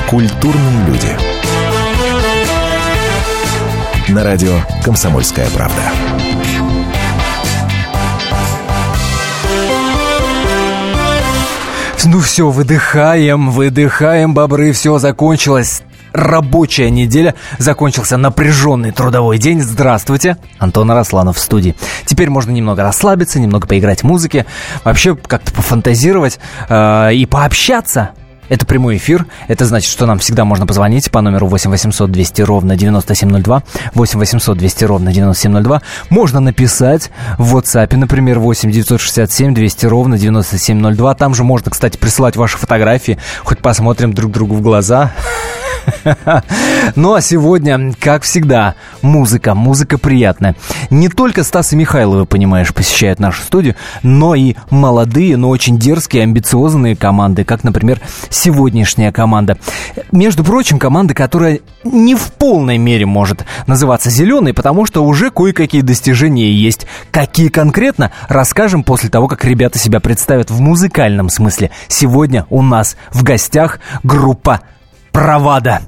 Культурные люди. На радио «Комсомольская правда». Ну все, выдыхаем, бобры, все, закончилось. Рабочая неделя, закончился напряженный трудовой день. Здравствуйте, Антон Арасланов в студии. Теперь можно немного расслабиться, немного поиграть в музыке, вообще как-то пофантазировать и пообщаться. Это прямой эфир, это значит, что нам всегда можно позвонить по номеру 8 800 200 ровно 9702, 8 800 200 ровно 9702. Можно написать в WhatsApp, например, 8 967 200 ровно 9702. Там же можно, кстати, присылать ваши фотографии, хоть посмотрим друг другу в глаза. Ну а сегодня, как всегда, музыка приятная. Не только Стас и Михайловы, понимаешь, посещают нашу студию, но и молодые, но очень дерзкие, амбициозные команды, как, например, сегодняшняя команда. Между прочим, команда, которая не в полной мере может называться «зеленой», потому что уже кое-какие достижения есть. Какие конкретно, расскажем после того, как ребята себя представят в музыкальном смысле. Сегодня у нас в гостях группа «Правада».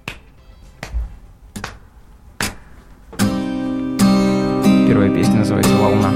Первая песня называется «Волна».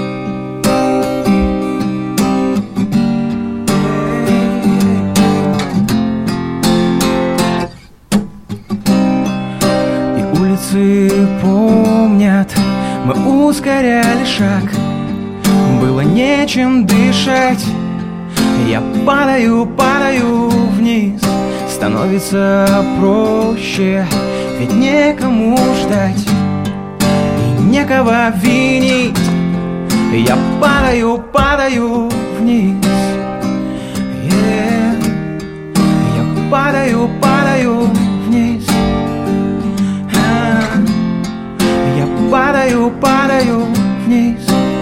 И улицы помнят, мы ускоряли шаг, было нечем дышать. Я падаю вниз. Становится проще, ведь некому ждать и некого винить. Я падаю вниз. Я падаю вниз. Я падаю вниз.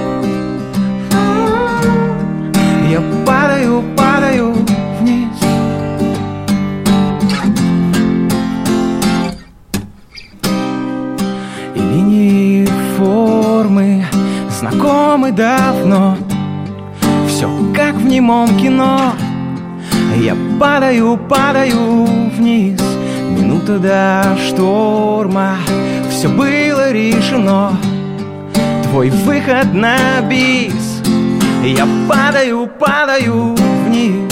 Я падаю вниз. И линии формы знакомы давно. Все как в немом кино. Я падаю вниз. Минута до шторма. Все было решено. Твой выход на бис. Я падаю вниз.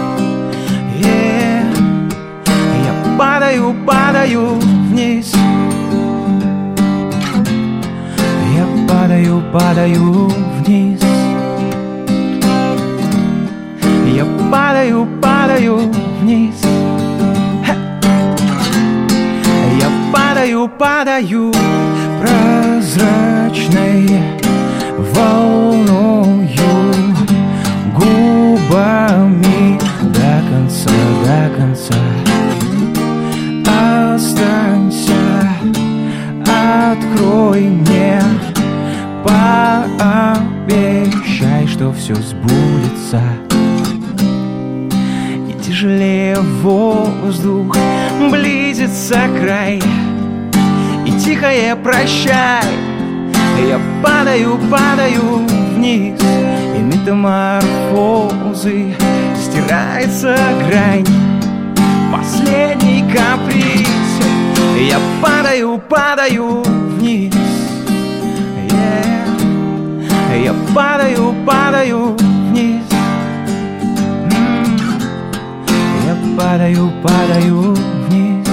Я падаю вниз. Я падаю вниз. Я падаю вниз. Я падаю прозрачной волною, губами до конца. Останься, открой мне, пообещай, что все сбудется. И тяжелее воздух, близится край, и тихое прощай. Я падаю вниз, и метаморфозы стирается грань. Последний каприз. Я падаю вниз. Я падаю вниз. Я падаю вниз.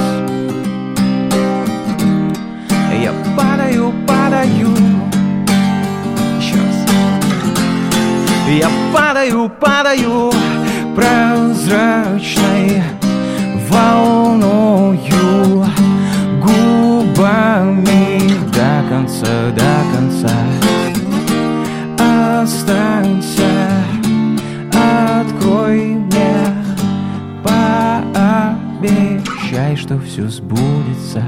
Я падаю. Еще раз. Я падаю прозрачной волною, губами до конца. Останься, открой мне, пообещай, что все сбудется.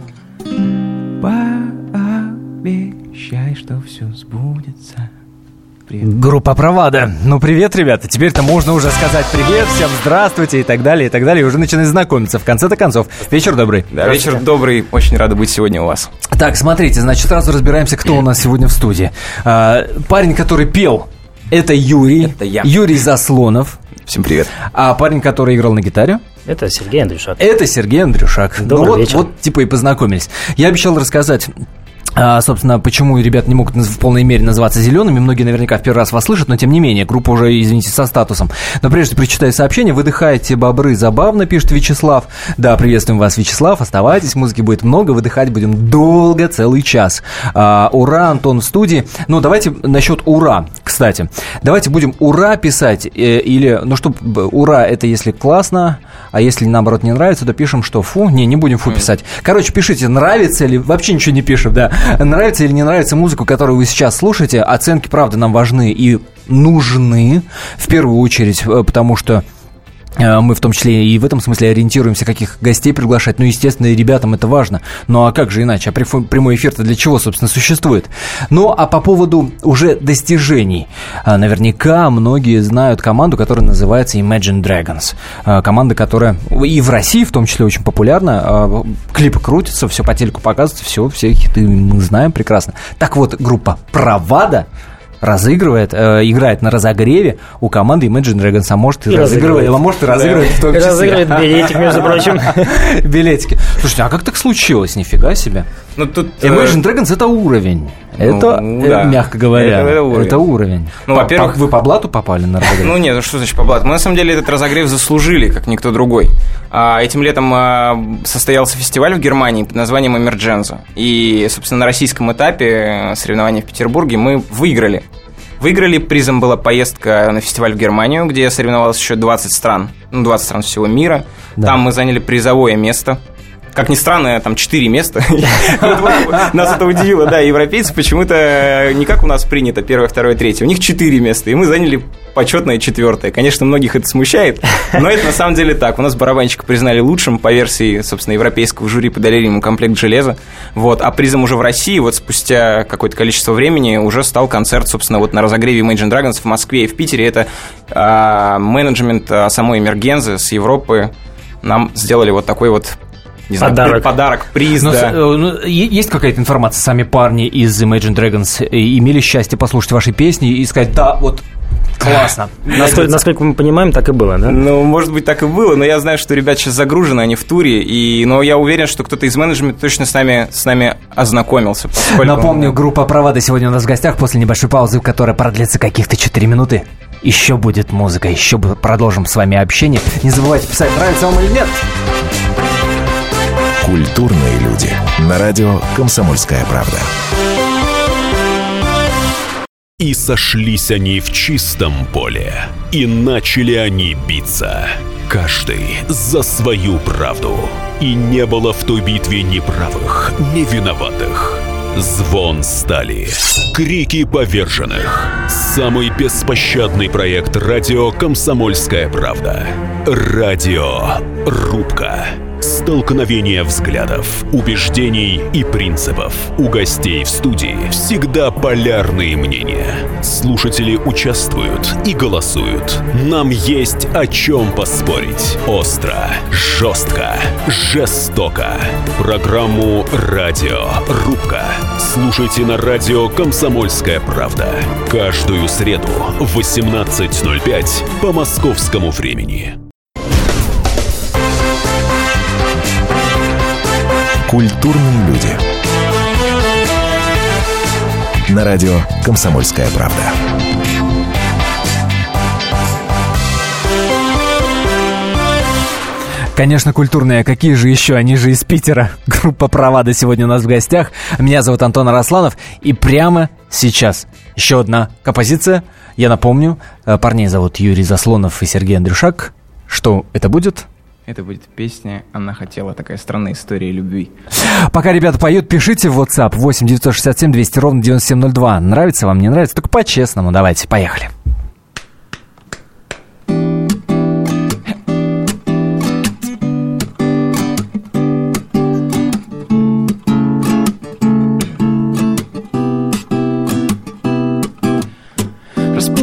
Пообещай, что все сбудется. Привет. Группа «Правада». Ну, привет, ребята. Теперь-то можно уже сказать привет, всем здравствуйте и так далее, и уже начинать знакомиться. В конце-то концов. Вечер добрый. Да, вечер добрый. Очень рада быть сегодня у вас. Так, смотрите, значит, сразу разбираемся, кто у нас сегодня в студии. Парень, который пел, это Юрий. Это я. Юрий Заслонов. Всем привет. А парень, который играл на гитаре? Это Сергей Андрюшак. Это Сергей Андрюшак. Добрый вечер. Вот, типа, и познакомились. Я обещал рассказать... собственно, почему ребята не могут в полной мере называться зелеными. Многие наверняка в первый раз вас слышат, но тем не менее, группа уже, извините, со статусом. Но прежде прочитаю сообщение. Выдыхаете, бобры, забавно, пишет Вячеслав. Да, приветствуем вас, Вячеслав. Оставайтесь, музыки будет много, выдыхать будем долго, целый час. Ура, Антон в студии. Ну, давайте насчет ура, кстати. Давайте будем ура писать. Или, ну, чтобы ура, это если классно, а если, наоборот, не нравится, то пишем, что фу. Не будем фу писать. Короче, пишите, нравится или вообще ничего не пишем, да. Нравится или не нравится музыку, которую вы сейчас слушаете, оценки, правда, нам важны и нужны, в первую очередь, потому что мы в том числе и в этом смысле ориентируемся, каких гостей приглашать. Ну, естественно, и ребятам это важно. Ну, а как же иначе? А прямой эфир-то для чего, собственно, существует? Ну, а по поводу уже достижений. Наверняка многие знают команду, которая называется Imagine Dragons. Команда, которая и в России в том числе очень популярна. Клипы крутятся, все по телеку показывается, все хиты мы знаем прекрасно. Так вот, группа Правада играет на разогреве у команды Imagine Dragons, а может и разыгрывает в том числе. Разыгрывает билетик, между прочим. Билетики. Слушайте, а как так случилось? Нифига себе. Ну, тут, Imagine Dragons — это уровень. Это, мягко говоря, это уровень. Ну, во-первых... Вы по блату попали на разогрев? Ну, нет, что значит по блату? Мы, на самом деле, этот разогрев заслужили, как никто другой. Этим летом состоялся фестиваль в Германии под названием Emergenza. И, собственно, на российском этапе соревнований в Петербурге мы выиграли. Призом была поездка на фестиваль в Германию, где соревновалось еще 20 стран. 20 стран всего мира. Да. Там мы заняли призовое место. Как ни странно, там 4 места. Нас это удивило, да. Европейцы почему-то не как у нас принято, 1, 2, 3. У них 4 места, и мы заняли почетное 4. Конечно, многих это смущает, но это на самом деле так. У нас барабанщика признали лучшим по версии, собственно, европейского жюри, подарили ему комплект железа. Вот. А призом уже в России, вот спустя какое-то количество времени, уже стал концерт, собственно, вот на разогреве Imagine Dragons в Москве и в Питере. Это менеджмент самой Emergenza с Европы нам сделали вот такой вот, не знаю, подарок, приз, да. Есть какая-то информация, сами парни из Imagine Dragons имели счастье послушать ваши песни и сказать, да, вот классно. Насколько мы понимаем, так и было, да? Ну, может быть, так и было, но я знаю, что ребята сейчас загружены, они в туре, но я уверен, что кто-то из менеджмента точно с нами ознакомился. Напомню, группа Правада сегодня у нас в гостях после небольшой паузы, которая продлится каких-то 4 минуты. Еще будет музыка, еще продолжим с вами общение. Не забывайте писать, нравится вам или нет. Культурные люди. На радио «Комсомольская правда». И сошлись они в чистом поле, и начали они биться. Каждый за свою правду. И не было в той битве ни правых, ни виноватых. Звон стали, крики поверженных. Самый беспощадный проект радио «Комсомольская правда». Радиорубка. Столкновение взглядов, убеждений и принципов. У гостей в студии всегда полярные мнения. Слушатели участвуют и голосуют. Нам есть о чем поспорить. Остро, жестко, жестоко. Программу «Радиорубка» слушайте на радио «Комсомольская правда». Каждую среду в 18:05 по московскому времени. Культурные люди. На радио «Комсомольская правда». Конечно, культурные. Какие же еще? Они же из Питера. Группа Правада сегодня у нас в гостях. Меня зовут Антон Арасланов. И прямо сейчас еще одна композиция. Я напомню, парней зовут Юрий Заслонов и Сергей Андрюшак. Что это будет? Это будет песня «Она хотела». Такая странная история любви. Пока ребята поют, пишите в WhatsApp 8 967 200 ровно 9702. Нравится вам, не нравится? Только по-честному. Давайте, поехали.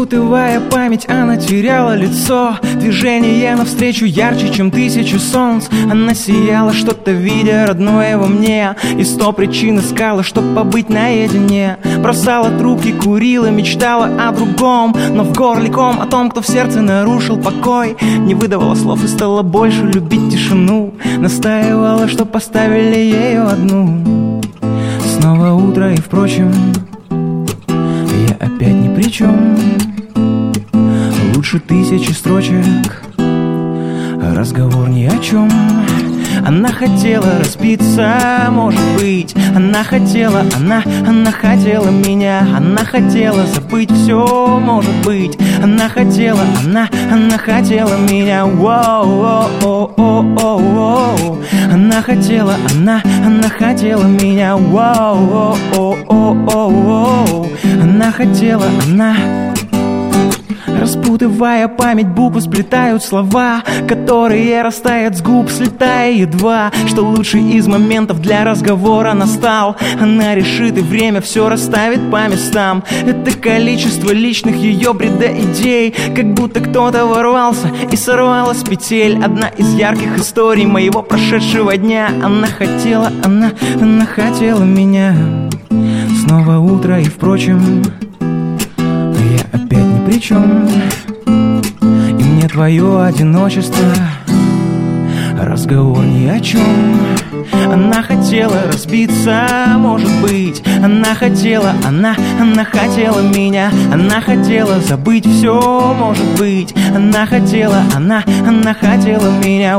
Распутывая память, она теряла лицо. Движение навстречу ярче, чем 1000 солнц. Она сияла, что-то видя родное во мне, и 100 причин искала, чтоб побыть наедине. Бросала трубки, курила, мечтала о другом, но в горле ком о том, кто в сердце нарушил покой. Не выдавала слов и стала больше любить тишину. Настаивала, что поставили ее одну. Снова утро, и впрочем, я опять ни при чем. Лучше 1000 строчек, разговор ни о чем. Она хотела разбиться, может быть. Она хотела, она хотела меня. Она хотела забыть все, может быть. Она хотела, она хотела меня. Воу-воу-воу-воу-воу. Она хотела, она хотела меня. Воу-воу-воу-воу-воу. Она хотела, она... Распутывая память, буквы сплетают слова, которые растают с губ, слетая едва. Что лучший из моментов для разговора настал. Она решит, и время все расставит по местам. Это количество личных ее бреда идей, как будто кто-то ворвался и сорвала с петель. Одна из ярких историй моего прошедшего дня. Она хотела, она хотела меня. Снова утро, и впрочем, я опять ни при чем. И мне твое одиночество, разговор ни о чем. Она хотела разбиться, может быть. Она хотела, она хотела меня. Она хотела забыть все, может быть. Она хотела, она хотела меня.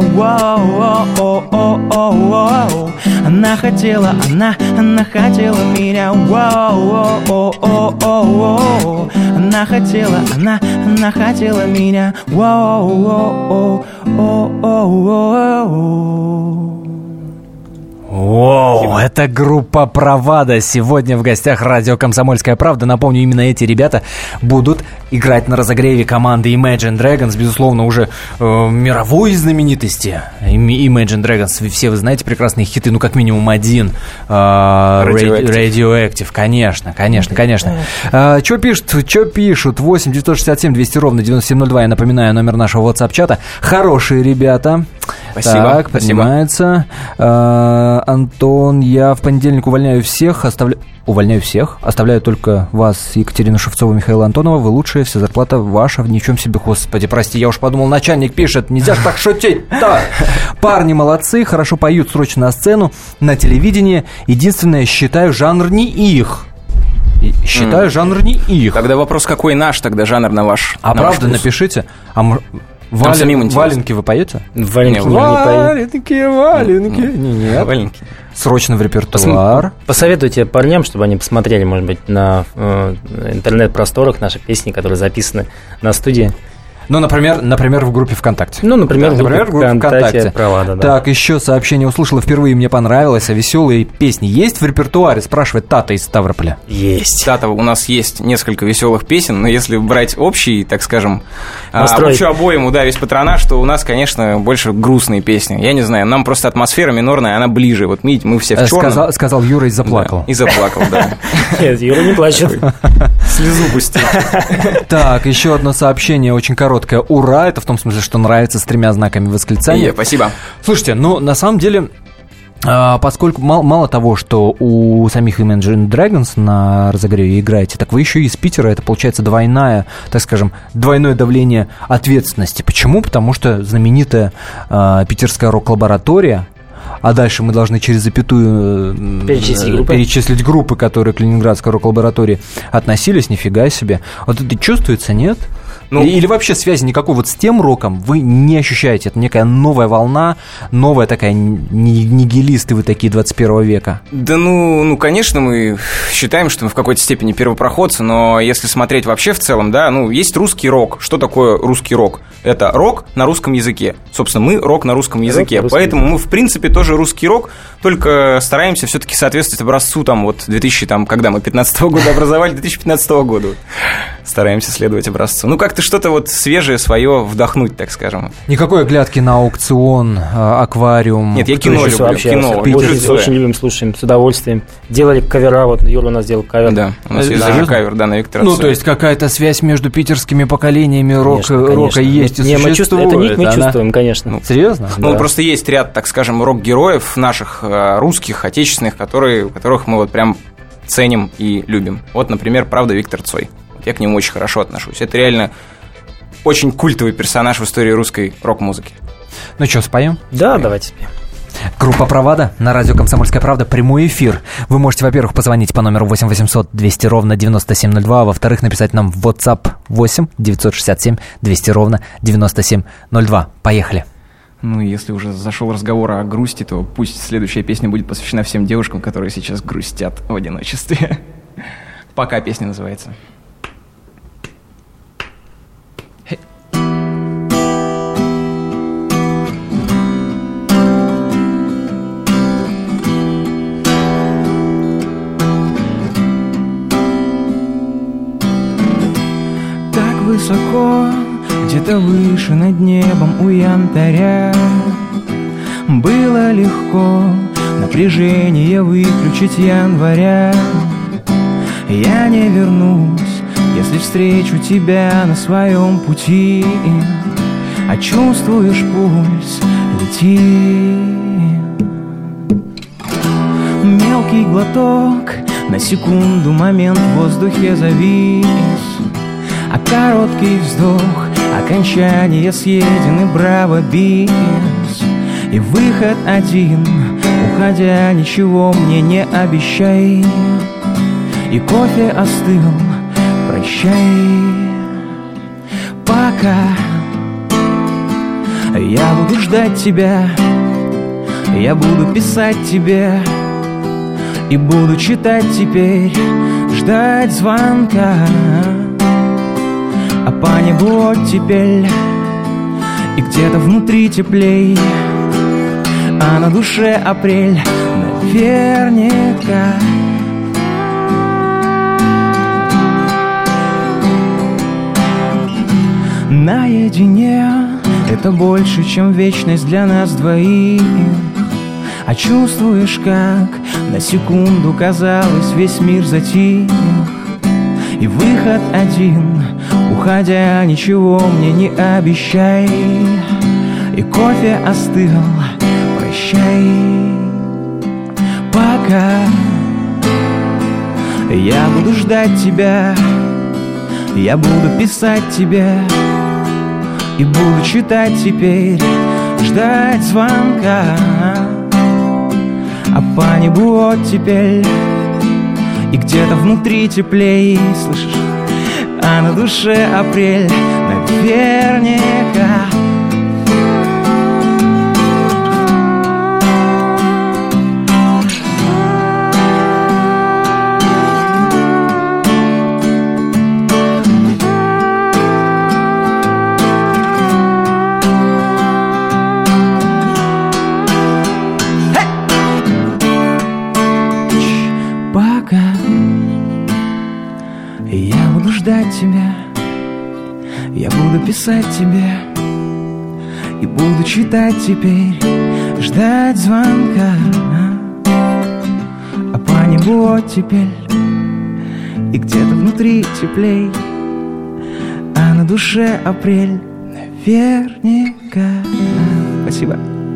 Воу-воу-воу-воу-воу. Она хотела, она хотела меня. Воу-воу-воу-воу-воу. Она хотела, она хотела меня. Воу-воу-воу-воу-воу. Воу, это группа Правада. Сегодня в гостях радио «Комсомольская правда». Напомню, именно эти ребята будут играть на разогреве команды Imagine Dragons. Безусловно, уже мировой знаменитости. Imagine Dragons, все вы знаете прекрасные хиты, ну как минимум один. Radioactive, конечно. Что пишут? 8 967 200 ровно 9702. Я напоминаю, номер нашего WhatsApp-чата. Хорошие ребята. Спасибо. Так, поднимается. Антон, я в понедельник увольняю всех, оставляю только вас, Екатерина Шевцова, Михаила Антонова. Вы лучшие, вся зарплата ваша, в ничем себе, господи, прости, я уж подумал, начальник пишет, нельзя ж так шутить-то. Парни молодцы, хорошо поют, срочно на сцену, на телевидении. Единственное, считаю, жанр не их. Тогда вопрос, какой наш тогда жанр на ваш? А на правда, ваш напишите. Валенки вы поете? Валенки Нет. Валенки. Срочно в репертуар. Посоветуйте парням, чтобы они посмотрели, может быть, на интернет-просторах наши песни, которые записаны на студии. Ну, например, в группе ВКонтакте. В группе ВКонтакте. Правда, да. Так, еще сообщение услышала впервые, мне понравилось. А веселые песни есть в репертуаре? Спрашивает Тата из Ставрополя. Есть. Тата, у нас есть несколько веселых песен, но если брать общий, так скажем, общую обойму, да, весь патронаж, то у нас, конечно, больше грустные песни. Я не знаю, нам просто атмосфера минорная, она ближе. Вот видите, мы все в черном. Сказал Юра и заплакал. Да, и заплакал, да. Нет, Юра не плачет. Слезу пустил. Так, еще одно сообщение, очень короткое. Ура, это в том смысле, что нравится, с 3 знаками восклицания. Спасибо. Слушайте, ну, на самом деле, поскольку мало того, что у самих Imagine Dragons на разогреве играете, так вы еще и из Питера, это получается двойное давление ответственности. Почему? Потому что знаменитая питерская рок-лаборатория, а дальше мы должны через запятую перечислить группы, которые к Ленинградской рок-лаборатории относились, нифига себе. Вот это чувствуется, нет? Или вообще связи никакой вот с тем роком вы не ощущаете? Это некая новая волна, новая такая нигилисты вы такие 21 века. Да конечно, мы считаем, что мы в какой-то степени первопроходцы, но если смотреть вообще в целом, да, есть русский рок. Что такое русский рок? Это рок на русском языке. Собственно, мы рок на русском языке, поэтому мы, в принципе, тоже русский рок, только стараемся все-таки соответствовать образцу, там, вот, 2000, там, когда мы 15-го года образовали, 2015 года. Стараемся следовать образцу. Ну, как-то что-то вот свежее свое вдохнуть, так скажем. Никакой оглядки на аукцион, аквариум. Нет, я кино люблю, вообще, кино. Очень любим, слушаем с удовольствием. Делали кавера, вот Юра у нас делал кавер. Да, у нас есть даже кавер, да, на Виктора Цоя. Ну, то есть какая-то связь между питерскими поколениями рока есть и существует. Это ник мы чувствуем, конечно. Серьезно? Ну, просто есть ряд, так скажем, рок-героев наших, русских, отечественных, которых мы вот прям ценим и любим. Вот, например, правда, Виктор Цой. Я к нему очень хорошо отношусь. Это реально очень культовый персонаж в истории русской рок-музыки. Ну что, споем? Да, давайте споем. Группа «Провада» на радио «Комсомольская правда». Прямой эфир. Вы можете, во-первых, позвонить по номеру 8 800 200 ровно 9702, а во-вторых, написать нам в WhatsApp 8 967 200 ровно 9702. Поехали. Ну, если уже зашел разговор о грусти, то пусть следующая песня будет посвящена всем девушкам, которые сейчас грустят в одиночестве. «Пока» песня называется. Высоко, где-то выше над небом у янтаря, было легко напряжение выключить января. Я не вернусь, если встречу тебя на своем пути, а чувствуешь пульс, лети. Мелкий глоток, на секунду момент в воздухе завис, а короткий вздох, окончание съедены, браво, бис. И выход один, уходя, ничего мне не обещай. И кофе остыл, прощай. Пока я буду ждать тебя, я буду писать тебе и буду читать теперь, ждать звонка. А по небу оттепель, и где-то внутри теплей, а на душе апрель наверняка. Наедине это больше, чем вечность для нас двоих. А чувствуешь, как на секунду, казалось, весь мир затих. И выход один, уходя, ничего мне не обещай. И кофе остыл, прощай. Пока я буду ждать тебя, я буду писать тебе и буду читать теперь, ждать звонка. А по небу оттепель, и где-то внутри теплей, слышишь? А на душе апрель наверняка. Тебя, я буду писать тебе и буду читать теперь, ждать звонка. А по небу оттепель, и где-то внутри теплей, а на душе апрель наверняка. Спасибо.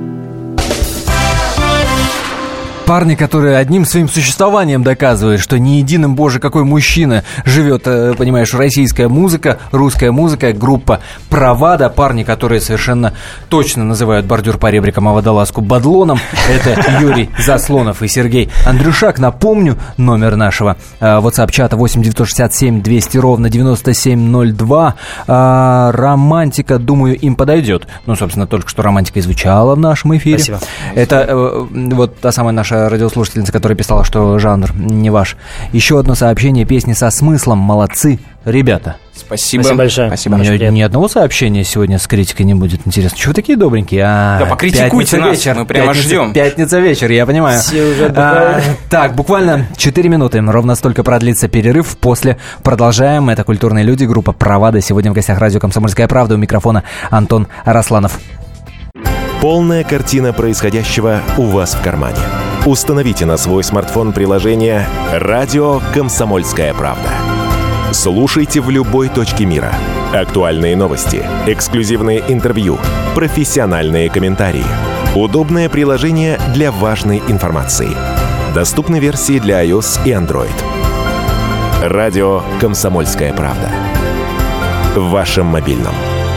Парни, которые одним своим существованием доказывают, что не единым, боже, какой мужчина живет, понимаешь, российская музыка, русская музыка, группа «Провада». Парни, которые совершенно точно называют бордюр по ребрикам, а водолазку бадлоном. Это Юрий Заслонов и Сергей Андрюшак. Напомню, номер нашего WhatsApp-чата 8 967 200 ровно 9702. Романтика, думаю, им подойдет. Ну, собственно, только что романтика и звучала в нашем эфире. Спасибо. Это вот та самая наша радиослушательница, которая писала, что жанр не ваш. Еще одно сообщение: песни со смыслом, молодцы, ребята. Спасибо. Спасибо большое. Спасибо. У меня ни одного сообщения сегодня с критикой не будет. Интересно, чего вы такие добренькие? Да покритикуйте нас, вечер, мы прямо ждем. Пятница вечер, я понимаю. Все уже отдыхают. Так, буквально 4 минуты. Ровно столько продлится перерыв. После продолжаем. Это «Культурные люди», группа «Правада». Сегодня в гостях радио «Комсомольская правда». У микрофона Антон Арасланов. Полная картина происходящего у вас в кармане. Установите на свой смартфон приложение «Радио Комсомольская правда». Слушайте в любой точке мира. Актуальные новости, эксклюзивные интервью, профессиональные комментарии. Удобное приложение для важной информации. Доступны версии для iOS и Android. Радио «Комсомольская правда». В вашем мобильном.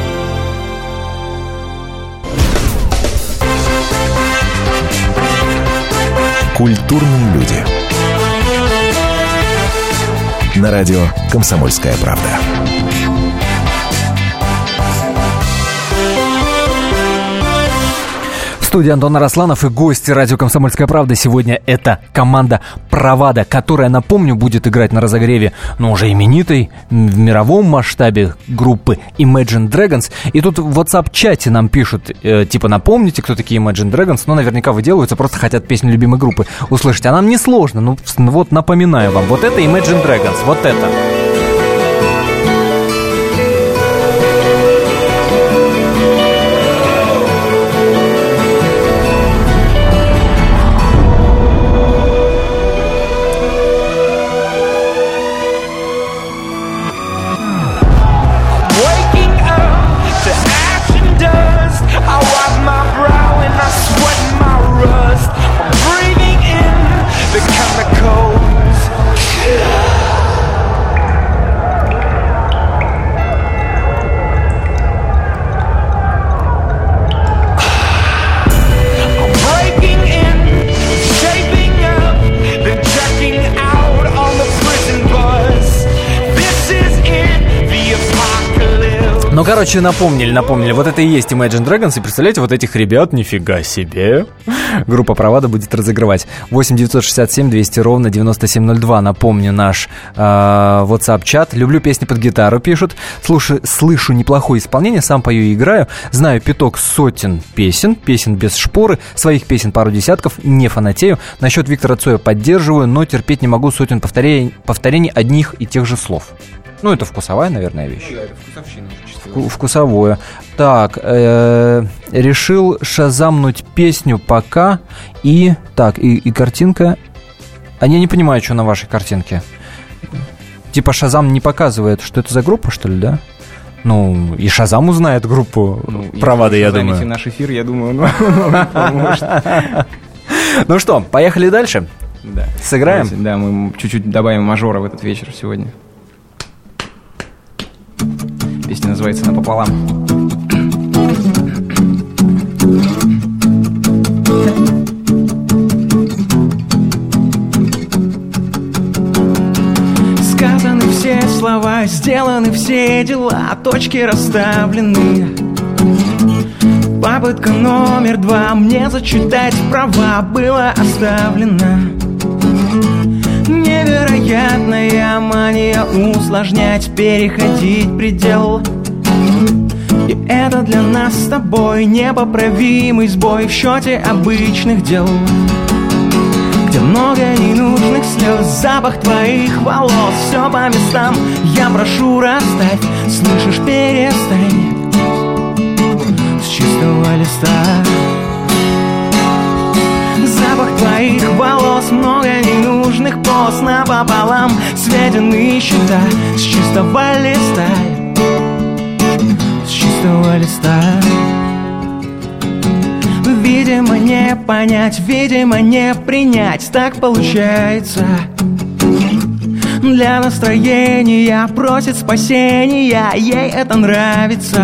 Культурные люди. На радио «Комсомольская правда». В студии Антон Арасланов и гости радио «Комсомольская правда». Сегодня это команда «Правада», которая, напомню, будет играть на разогреве, но уже именитой в мировом масштабе группы Imagine Dragons. И тут в WhatsApp-чате нам пишут, типа, напомните, кто такие Imagine Dragons, но наверняка выделываются, просто хотят песню любимой группы услышать. А нам несложно, ну вот напоминаю вам, вот это Imagine Dragons, вот это. Ну, короче, напомнили. Вот это и есть Imagine Dragons. И представляете, вот этих ребят, нифига себе. Группа «Правада» будет разыгрывать. 8-967-200-97-02. Напомню, наш WhatsApp-чат. Люблю песни под гитару, пишут. Слышу неплохое исполнение, сам пою и играю. Знаю пяток сотен песен без шпоры. Своих песен пару десятков, не фанатею. Насчет Виктора Цоя поддерживаю, но терпеть не могу сотен повторений одних и тех же слов. Ну, это вкусовая, наверное, вещь. Да, это вкусовщина. Вкусовое. Так, решил шазамнуть песню «Пока» и... Так, и картинка... А я не понимаю, что на вашей картинке. Типа Шазам не показывает, что это за группа, что ли, да? Ну, и Шазам узнает группу «Правада», я думаю. Если наш эфир, я думаю, поможет. Ну что, поехали дальше? Да. Сыграем? Да, мы чуть-чуть добавим мажора в этот вечер сегодня. Песня называется «Напополам». Сказаны все слова, сделаны все дела, точки расставлены. Попытка номер 2, мне зачитать права было оставлено. Невероятная мания усложнять, переходить предел. И это для нас с тобой непоправимый сбой в счете обычных дел, где много ненужных слез, запах твоих волос, все по местам, я прошу расставь, слышишь, перестань. С чистого листа запах твоих волос, много ненужных пост напополам, сведенные счета с чистого листа, с чистого листа. Видимо, не понять, видимо, не принять, так получается. Для настроения просит спасения, ей это нравится.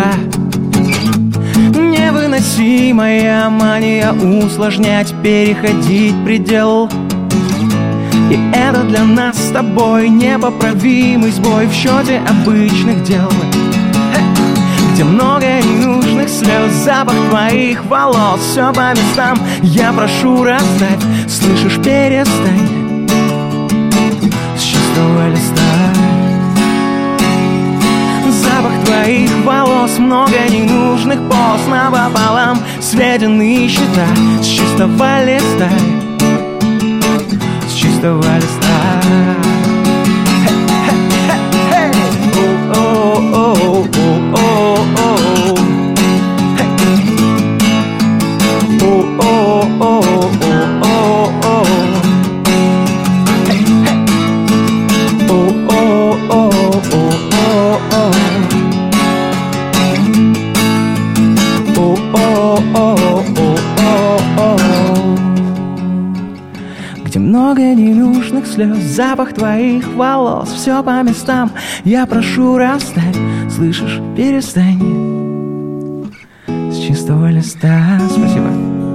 Невыносимая мания усложнять, переходить предел. И это для нас с тобой непоправимый сбой в счете обычных дел, где много ненужных слез, запах твоих волос, все по местам, я прошу расставь, слышишь, перестань. С чистого листа твоих волос много ненужных поз напополам, сведенные счета с чистого листа, с чистого листа. Где много ненужных слез, запах твоих волос, все по местам. Я прошу, расставь, слышишь, перестань. С чистого листа. Спасибо.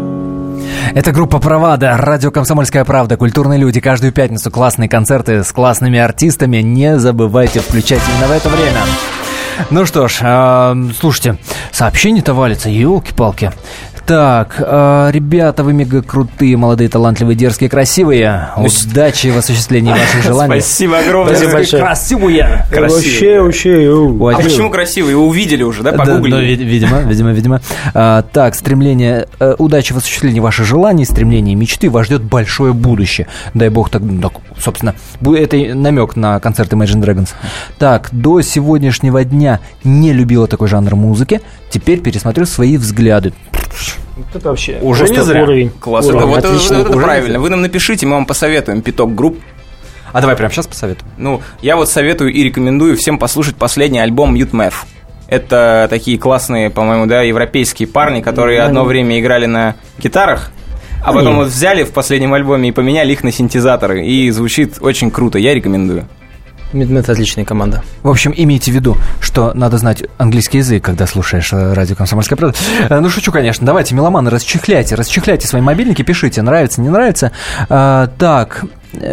Это группа «Провада», радио «Комсомольская правда», культурные люди. Каждую пятницу классные концерты с классными артистами. Не забывайте включать именно в это время. Ну что ж, слушайте, сообщение-то валится, елки-палки. Так, ребята, вы мега крутые, молодые, талантливые, дерзкие, красивые. Удачи в осуществлении ваших желаний. Спасибо огромное. Спасибо большое. Красивые. Вообще. А почему красивые? Вы увидели уже, да? Погуглили. Да, видимо. Так, стремление, удачи в осуществлении ваших желаний, стремления и мечты. Вас ждет большое будущее. Дай бог, так, собственно, это намек на концерт Imagine Dragons. Так, до сегодняшнего дня не любила такой жанр музыки. Теперь пересмотрю свои взгляды. Это вообще уже не зря. Уровень. Класс. Вот это правильно. Вы нам напишите, мы вам посоветуем пяток групп. А давай прямо сейчас посоветуем. Ну, я вот советую и рекомендую всем послушать последний альбом Mute Math. Это такие классные, по-моему, да, европейские парни, которые одно время играли на гитарах, а потом вот взяли в последнем альбоме и поменяли их на синтезаторы. И звучит очень круто. Я рекомендую. Это отличная команда. В общем, имейте в виду, что надо знать английский язык, когда слушаешь радио «Комсомольская правда». Ну, шучу, конечно. Давайте, меломаны, расчехляйте свои мобильники, пишите, нравится, не нравится. Так,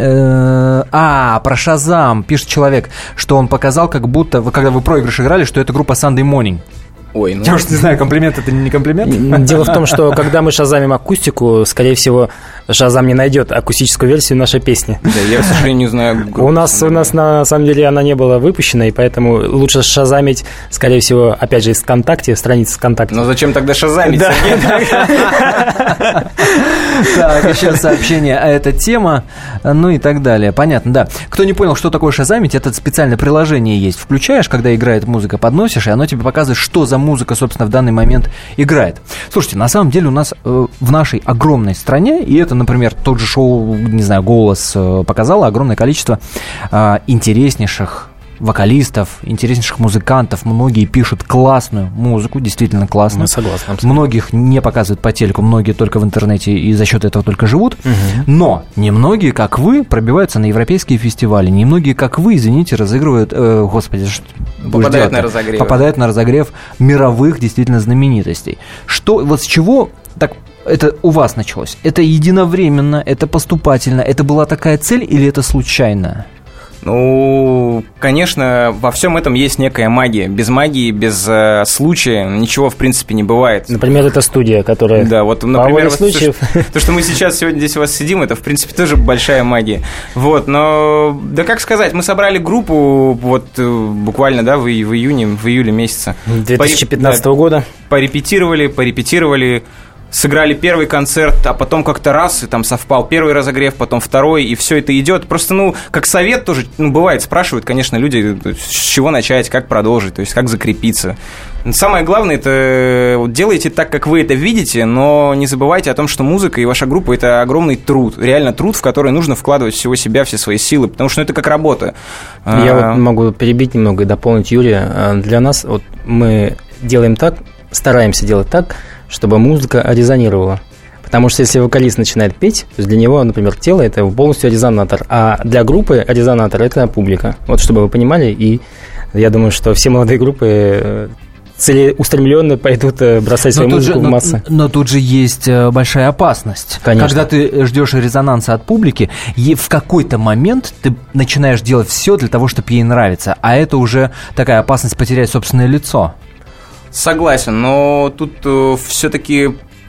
про Шазам пишет человек, что он показал, как будто, когда вы проигрыш играли, что это группа Sunday Morning. Ой, ну... Я уж не знаю, комплимент это не комплимент? Дело в том, что когда мы шазамим акустику, скорее всего, Шазам не найдет акустическую версию нашей песни. Да, я, к сожалению, не знаю. У нас на самом деле она не была выпущена, и поэтому лучше шазамить, скорее всего, опять же, из ВКонтакте, страницы ВКонтакте. Но зачем тогда шазамить? Да. Так, еще сообщение, а это тема, ну и так далее. Понятно, да. Кто не понял, что такое шазамить, это специальное приложение есть. Включаешь, когда играет музыка, подносишь, и оно тебе показывает, что за музыка, собственно, в данный момент играет. Слушайте, на самом деле у нас в нашей огромной стране, и это, например, тот же шоу, не знаю, «Голос» показало огромное количество интереснейших вокалистов, интереснейших музыкантов. Многие пишут классную музыку, действительно классную. Мы согласны. Абсолютно. Многих не показывают по телеку, многие только в интернете и за счет этого только живут. Но немногие, как вы, пробиваются на европейские фестивали. Немногие, как вы, извините, разыгрывают, попадают на разогрев мировых действительно знаменитостей. Вот с чего так это у вас началось? Это единовременно, это поступательно, это была такая цель или это случайно? Ну, конечно, во всем этом есть некая магия. Без магии, без случая ничего, в принципе, не бывает. Например, это студия, которая... Да, вот, например, то, что мы сейчас сегодня здесь у вас сидим, это, в принципе, тоже большая магия. Вот, но, да как сказать, мы собрали группу вот буквально, да, в июле месяце. 2015 года. Порепетировали, сыграли первый концерт, а потом как-то раз, и там совпал первый разогрев, потом второй, и все это идет. Просто, как совет тоже, бывает, спрашивают, конечно, люди, с чего начать, как продолжить, то есть как закрепиться. Самое главное, это делайте так, как вы это видите, но не забывайте о том, что музыка и ваша группа – это огромный труд, реально труд, в который нужно вкладывать всего себя, все свои силы, потому что это как работа. Я вот могу перебить немного и дополнить Юрия. Для нас вот мы делаем так, стараемся делать так, чтобы музыка резонировала. Потому что если вокалист начинает петь, то для него, например, тело – это полностью резонатор, а для группы резонатор – это публика. Вот чтобы вы понимали, и я думаю, что все молодые группы целеустремленно пойдут бросать свою музыку в массы. Но тут же есть большая опасность. Конечно. Когда ты ждешь резонанса от публики, в какой-то момент ты начинаешь делать все для того, чтобы ей нравиться, а это уже такая опасность потерять собственное лицо. Согласен, но тут все-таки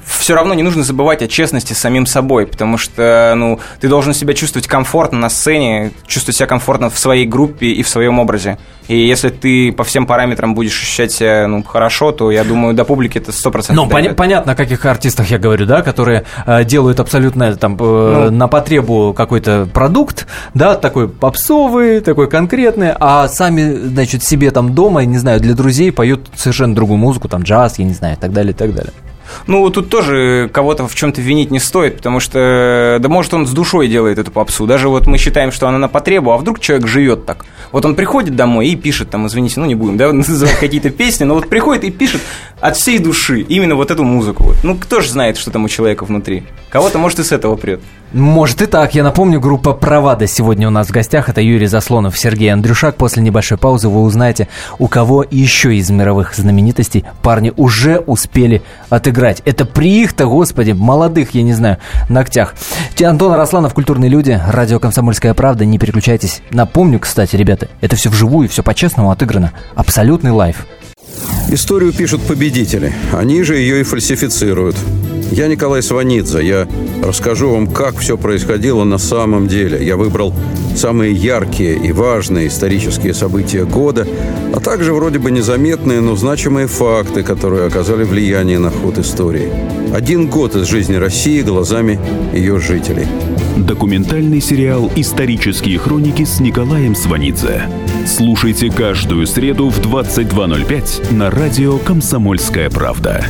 все равно не нужно забывать о честности с самим собой, потому что, ты должен себя чувствовать комфортно на сцене, чувствовать себя комфортно в своей группе и в своем образе. И если ты по всем параметрам будешь ощущать себя, хорошо, то, я думаю, до публики это 100% понятно, о каких артистах я говорю, да, которые делают абсолютно на потребу какой-то продукт, да, такой попсовый, такой конкретный, а сами, значит, себе там дома, не знаю, для друзей поют совершенно другую музыку, там джаз, я не знаю, и так далее, и так далее. Тут тоже кого-то в чем-то винить не стоит, потому что, да может, он с душой делает эту попсу. Даже вот мы считаем, что она на потребу, а вдруг человек живет так. Вот он приходит домой и пишет, извините, не будем, да, называть какие-то песни, но вот приходит и пишет от всей души именно вот эту музыку. Кто же знает, что там у человека внутри? Кого-то, может, и с этого прет. Может и так. Я напомню, группа «Правада» сегодня у нас в гостях. Это Юрий Заслонов, Сергей Андрюшак. После небольшой паузы вы узнаете, у кого еще из мировых знаменитостей парни уже успели отыграть. Это при их-то, господи, молодых, я не знаю, ногтях. Антон Арасланов, «Культурные люди», радио «Комсомольская правда». Не переключайтесь. Напомню, кстати, ребята, это все вживую, все по-честному отыграно. Абсолютный лайв. Историю пишут победители. Они же ее и фальсифицируют. Я Николай Сванидзе. Я расскажу вам, как все происходило на самом деле. Я выбрал самые яркие и важные исторические события года, а также вроде бы незаметные, но значимые факты, которые оказали влияние на ход истории. 1 год из жизни России глазами ее жителей. Документальный сериал «Исторические хроники» с Николаем Сванидзе. Слушайте каждую среду в 22:05 на радио «Комсомольская правда».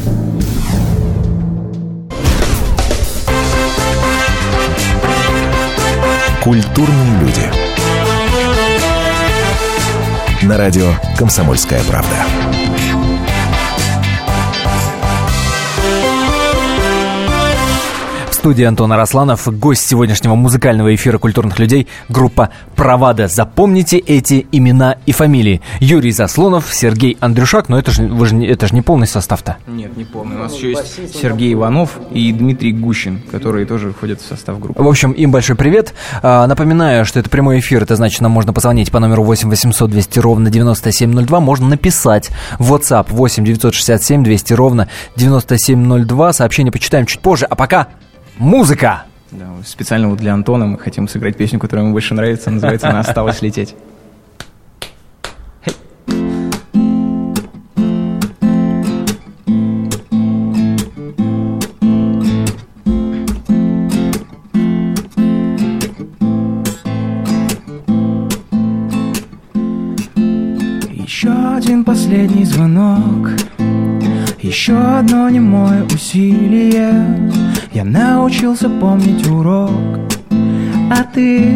Культурные люди. На радио «Комсомольская правда». В студии Антон Арасланов, гость сегодняшнего музыкального эфира «Культурных людей» группа «Правада». Запомните эти имена и фамилии. Юрий Заслонов, Сергей Андрюшак, но это же не полный состав-то. Нет, не полный. У нас еще есть Сергей Иванов и Дмитрий Гущин, которые тоже входят в состав группы. В общем, им большой привет. Напоминаю, что это прямой эфир, это значит, нам можно позвонить по номеру 8 800 200 ровно 9702. Можно написать в WhatsApp 8 967 200 ровно 9702. Сообщение почитаем чуть позже, а пока... Музыка! Да, специально вот для Антона мы хотим сыграть песню, которая ему больше нравится. Называется она «Осталось лететь». Еще один последний звонок, еще одно немое усилие. Я научился помнить урок, а ты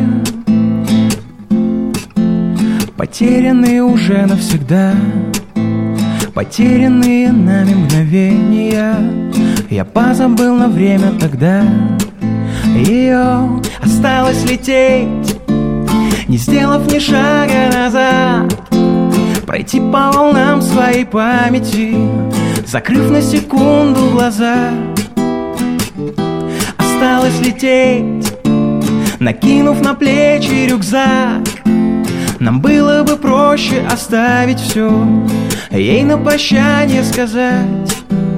потерянные уже навсегда, потерянные нами мгновения. Я позабыл на время тогда. Ее осталось лететь, не сделав ни шага назад, пройти по волнам своей памяти, закрыв на секунду глаза. Осталось лететь, накинув на плечи рюкзак. Нам было бы проще оставить все, ей на прощание сказать.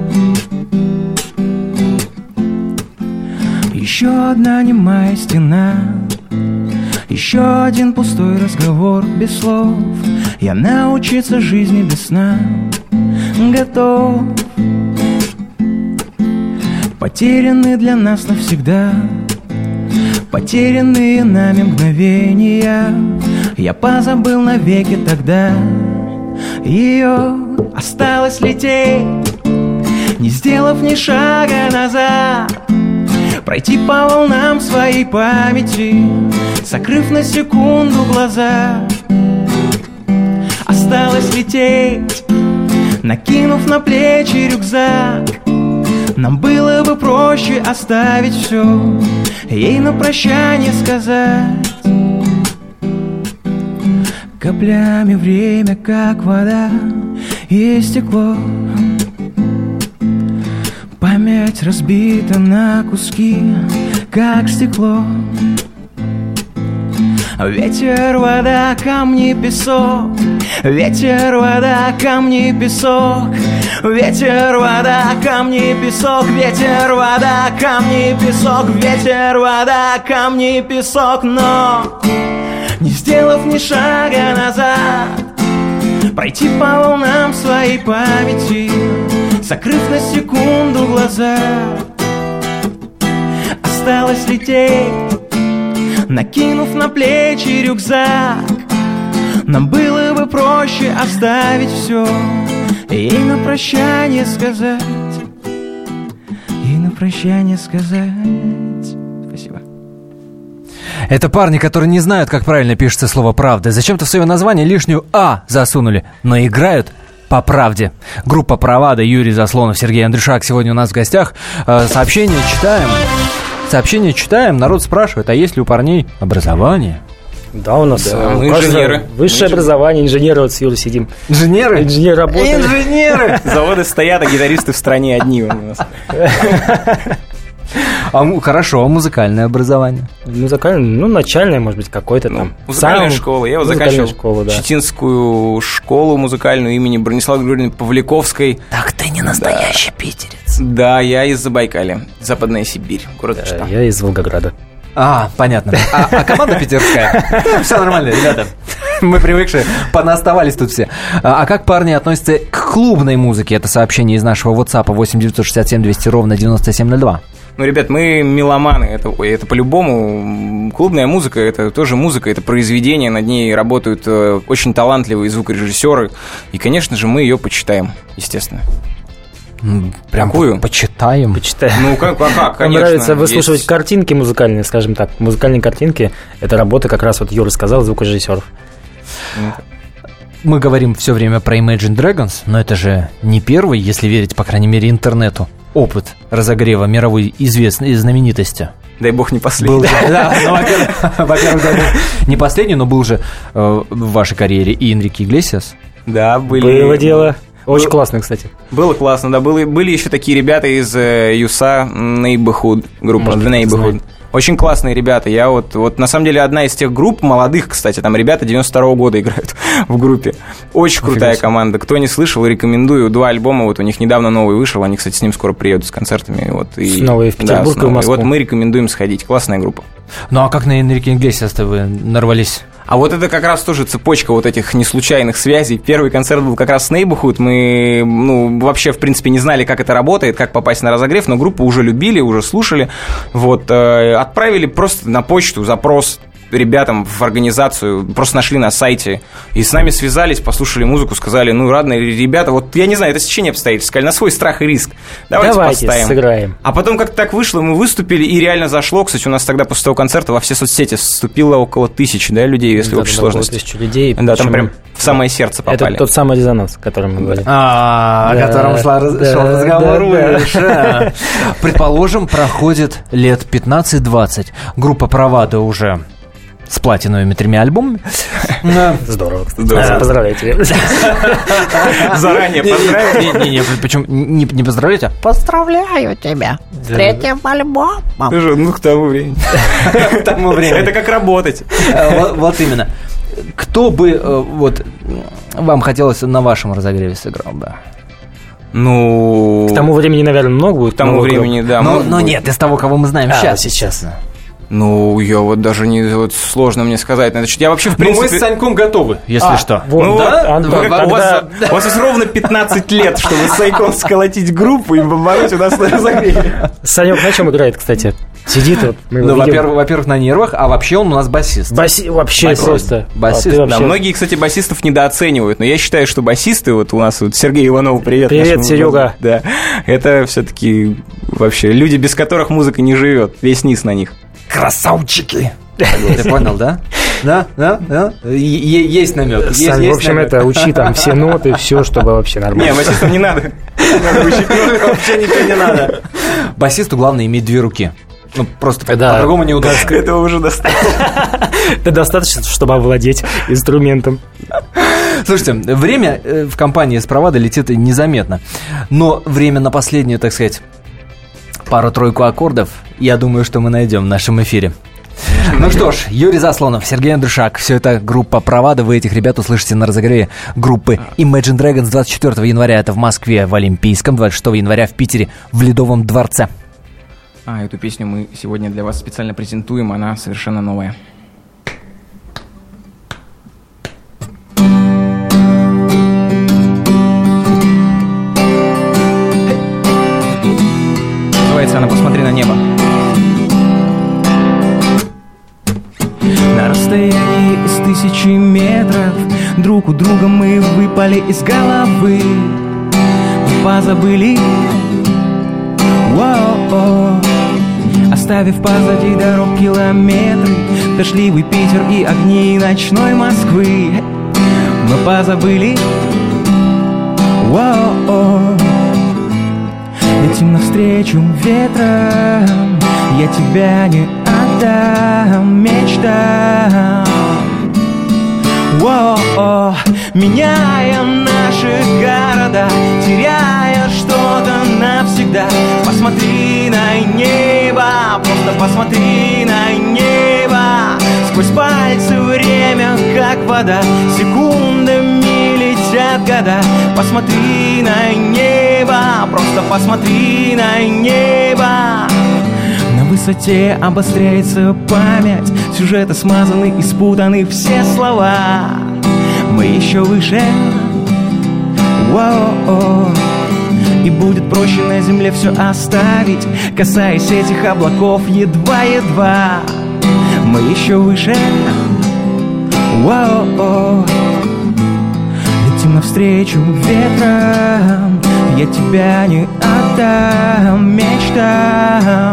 Еще одна немая стена, еще один пустой разговор без слов. Я научиться жизни без сна готов. Потеряны для нас навсегда, потерянные нами мгновения. Я позабыл навеки тогда. Ее осталось лететь, не сделав ни шага назад, пройти по волнам своей памяти, закрыв на секунду глаза. Осталось лететь, накинув на плечи рюкзак. Нам было бы проще оставить все, ей на прощание сказать. Каплями время, как вода и стекло. Память разбита на куски, как стекло. Ветер, вода, камни, песок. Ветер, вода, камни, песок. Ветер, вода, камни, песок. Ветер, вода, камни, песок. Ветер, вода, камни, песок. Но не сделав ни шага назад, пройти по волнам своей памяти, закрыв на секунду глаза. Осталось лететь, накинув на плечи рюкзак. Нам было бы проще оставить все и на прощание сказать. И на прощание сказать. Спасибо. Это парни, которые не знают, как правильно пишется слово «правда». Зачем-то в свое название лишнюю «а» засунули, но играют по правде. Группа «Правада», Юрий Заслонов, Сергей Андрюшак сегодня у нас в гостях. Сообщения читаем. Народ спрашивает, а есть ли у парней образование? Да, у нас мы инженеры. Высшее образование, инженеры, вот с Юрой сидим. Инженеры? Инженеры работают. Инженеры! Заводы стоят, а гитаристы в стране одни у нас. Хорошо, а музыкальное образование? Музыкальное, начальное, может быть, какое-то там. Музыкальная школа. Я вот заканчивал школу, Читинскую школу музыкальную имени Брониславы Григорьевны Павликовской. Так ты не настоящий питерец. Да, я из Забайкалья, Западная Сибирь, город Чита. Я из Волгограда. Понятно. А команда питерская? Все нормально, ребята. Мы привыкшие, понаоставались тут все. А как парни относятся к клубной музыке? Это сообщение из нашего WhatsApp 8-967-200-97-02. Ребят, мы меломаны, это по-любому. Клубная музыка, это тоже музыка, это произведение, над ней работают очень талантливые звукорежиссеры. И, конечно же, мы ее почитаем, естественно. Прям какую? Почитаем. Как, конечно. Мне нравится выслушивать картинки музыкальные, скажем так. Музыкальные картинки – это работа, как раз вот Юра сказал, звукорежиссеров. Мы говорим все время про Imagine Dragons, но это же не первый, если верить, по крайней мере, интернету, опыт разогрева мировой известной знаменитости. Дай бог не последний. Во-первых, не последний, но был же в вашей карьере и Энрике Иглесиас. Да, было дело. Очень классно, кстати. Было классно, да. Были еще такие ребята из USA, Neighborhood, группа Neighborhood. Очень классные ребята. Я вот на самом деле одна из тех групп, молодых, кстати, там ребята 92-го года играют в группе. Очень крутая команда. Кто не слышал, рекомендую. 2 альбома, вот у них недавно новый вышел, они, кстати, с ним скоро приедут с концертами. Снова и в Петербург, и в Москву. И вот мы рекомендуем сходить. Классная группа. Ну а как на Энрике Иглесиас-то вы нарвались? А вот это как раз тоже цепочка вот этих неслучайных связей. Первый концерт был как раз с Neighborhood. Мы, вообще, в принципе, не знали, как это работает, как попасть на разогрев, но группу уже любили, уже слушали. Вот, отправили просто на почту запрос ребятам в организацию, просто нашли на сайте, и с нами связались, послушали музыку, сказали, радные ребята, вот я не знаю, это стечение обстоятельств, сказали, на свой страх и риск, давайте поставим. Сыграем. А потом как-то так вышло, мы выступили, и реально зашло, кстати, у нас тогда после того концерта во все соцсети вступило около 1000, людей, если в общей сложности. 1000 людей. Да, там прям в самое сердце попали. Это тот самый резонанс, о котором мы говорили. О котором шел разговор. Предположим, проходит лет 15-20, группа «Правада» уже с платиновыми 3 альбомами. Здорово. Поздравляю тебя. Заранее поздравляю. Не, почему не поздравляйте? Поздравляю тебя с 3-м альбомом. К тому времени. Это как работать. Вот именно. Кто бы вам хотелось на вашем разогреве сыграл бы? К тому времени, наверное, много будет. К тому времени, да. Но нет, из того, кого мы знаем сейчас. Я вот даже не... сложно мне сказать. Я вообще, в принципе... мы с Саньком готовы, если что. У вас есть ровно 15 лет, чтобы с Саньком сколотить группу и бомбануть у нас на разогреве. Санек на чем играет, кстати? Сидит вот. Во-первых, на нервах, а вообще он у нас басист. Вообще просто. Басист. Да, многие, кстати, басистов недооценивают, но я считаю, что басисты, вот у нас Сергей Иванов, привет. Привет, Серега. Да, это все-таки вообще люди, без которых музыка не живет, весь низ на них. Красавчики! Ты понял, да? Да? Есть намек. Сань, в общем, учи там все ноты, все, чтобы вообще нормально. Не, басистам не надо. Надо учить ноты, вообще ничего не надо. Басисту главное иметь 2 руки. Просто по-другому неудобно. Этого уже достаточно. Это достаточно, чтобы овладеть инструментом. Слушайте, время в компании с «Правада» летит незаметно. Но время на последнюю, так сказать, пару-тройку аккордов, я думаю, что мы найдем в нашем эфире. Ну что ж, Юрий Заслонов, Сергей Андрушак. Все это группа «Провада». Вы этих ребят услышите на разогреве группы Imagine Dragons 24 января. Это в Москве в Олимпийском, 26 января в Питере в Ледовом дворце. Эту песню мы сегодня для вас специально презентуем. Она совершенно новая. Называется она «Посмотри на небо». На расстоянии из 1000 метров друг у друга мы выпали из головы. Мы позабыли, оставив позади дорог километры, дождливый Питер и огни ночной Москвы. Мы позабыли, летим навстречу ветром, я тебя не отдам мечтам. Меняя наши города, теряя что-то навсегда. Посмотри на небо, просто посмотри на небо. Сквозь пальцы время, как вода, секундами летят года. Посмотри на небо, просто посмотри на небо. На высоте обостряется память, сюжеты смазаны и спутаны все слова. Мы еще выше, и будет проще на земле все оставить, касаясь этих облаков едва-едва. Мы еще выше, летим навстречу ветром, я тебя не отдам мечтам.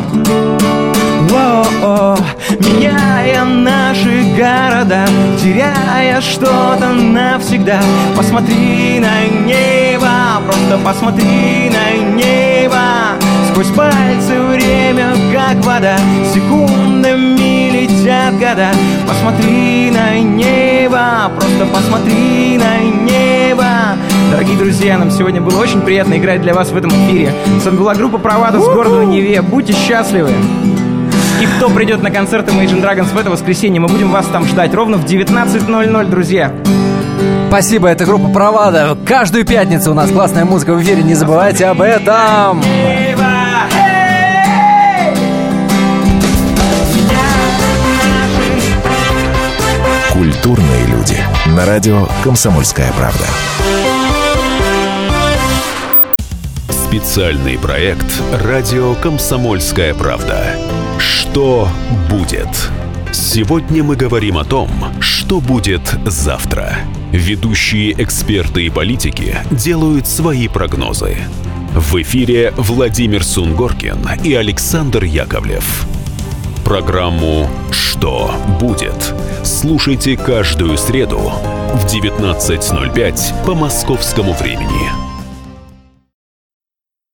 Меняя наши города, теряя что-то навсегда. Посмотри на небо, просто посмотри на небо. Сквозь пальцы время, как вода, секундами летят года. Посмотри на небо, просто посмотри на небо. Дорогие друзья, нам сегодня было очень приятно играть для вас в этом эфире. С вами была группа «Провада» с города на Неве. Будьте счастливы! И кто придет на концерт Imagine Dragons в это воскресенье, мы будем вас там ждать ровно в 19:00, друзья. Спасибо, это группа «Провада». Каждую пятницу у нас классная музыка в эфире, не забывайте об этом. Культурные люди. На радио «Комсомольская правда». Специальный проект «Радио Комсомольская правда». Что будет? Сегодня мы говорим о том, что будет завтра. Ведущие эксперты и политики делают свои прогнозы. В эфире Владимир Сунгоркин и Александр Яковлев. Программу «Что будет?» слушайте каждую среду в 19:05 по московскому времени.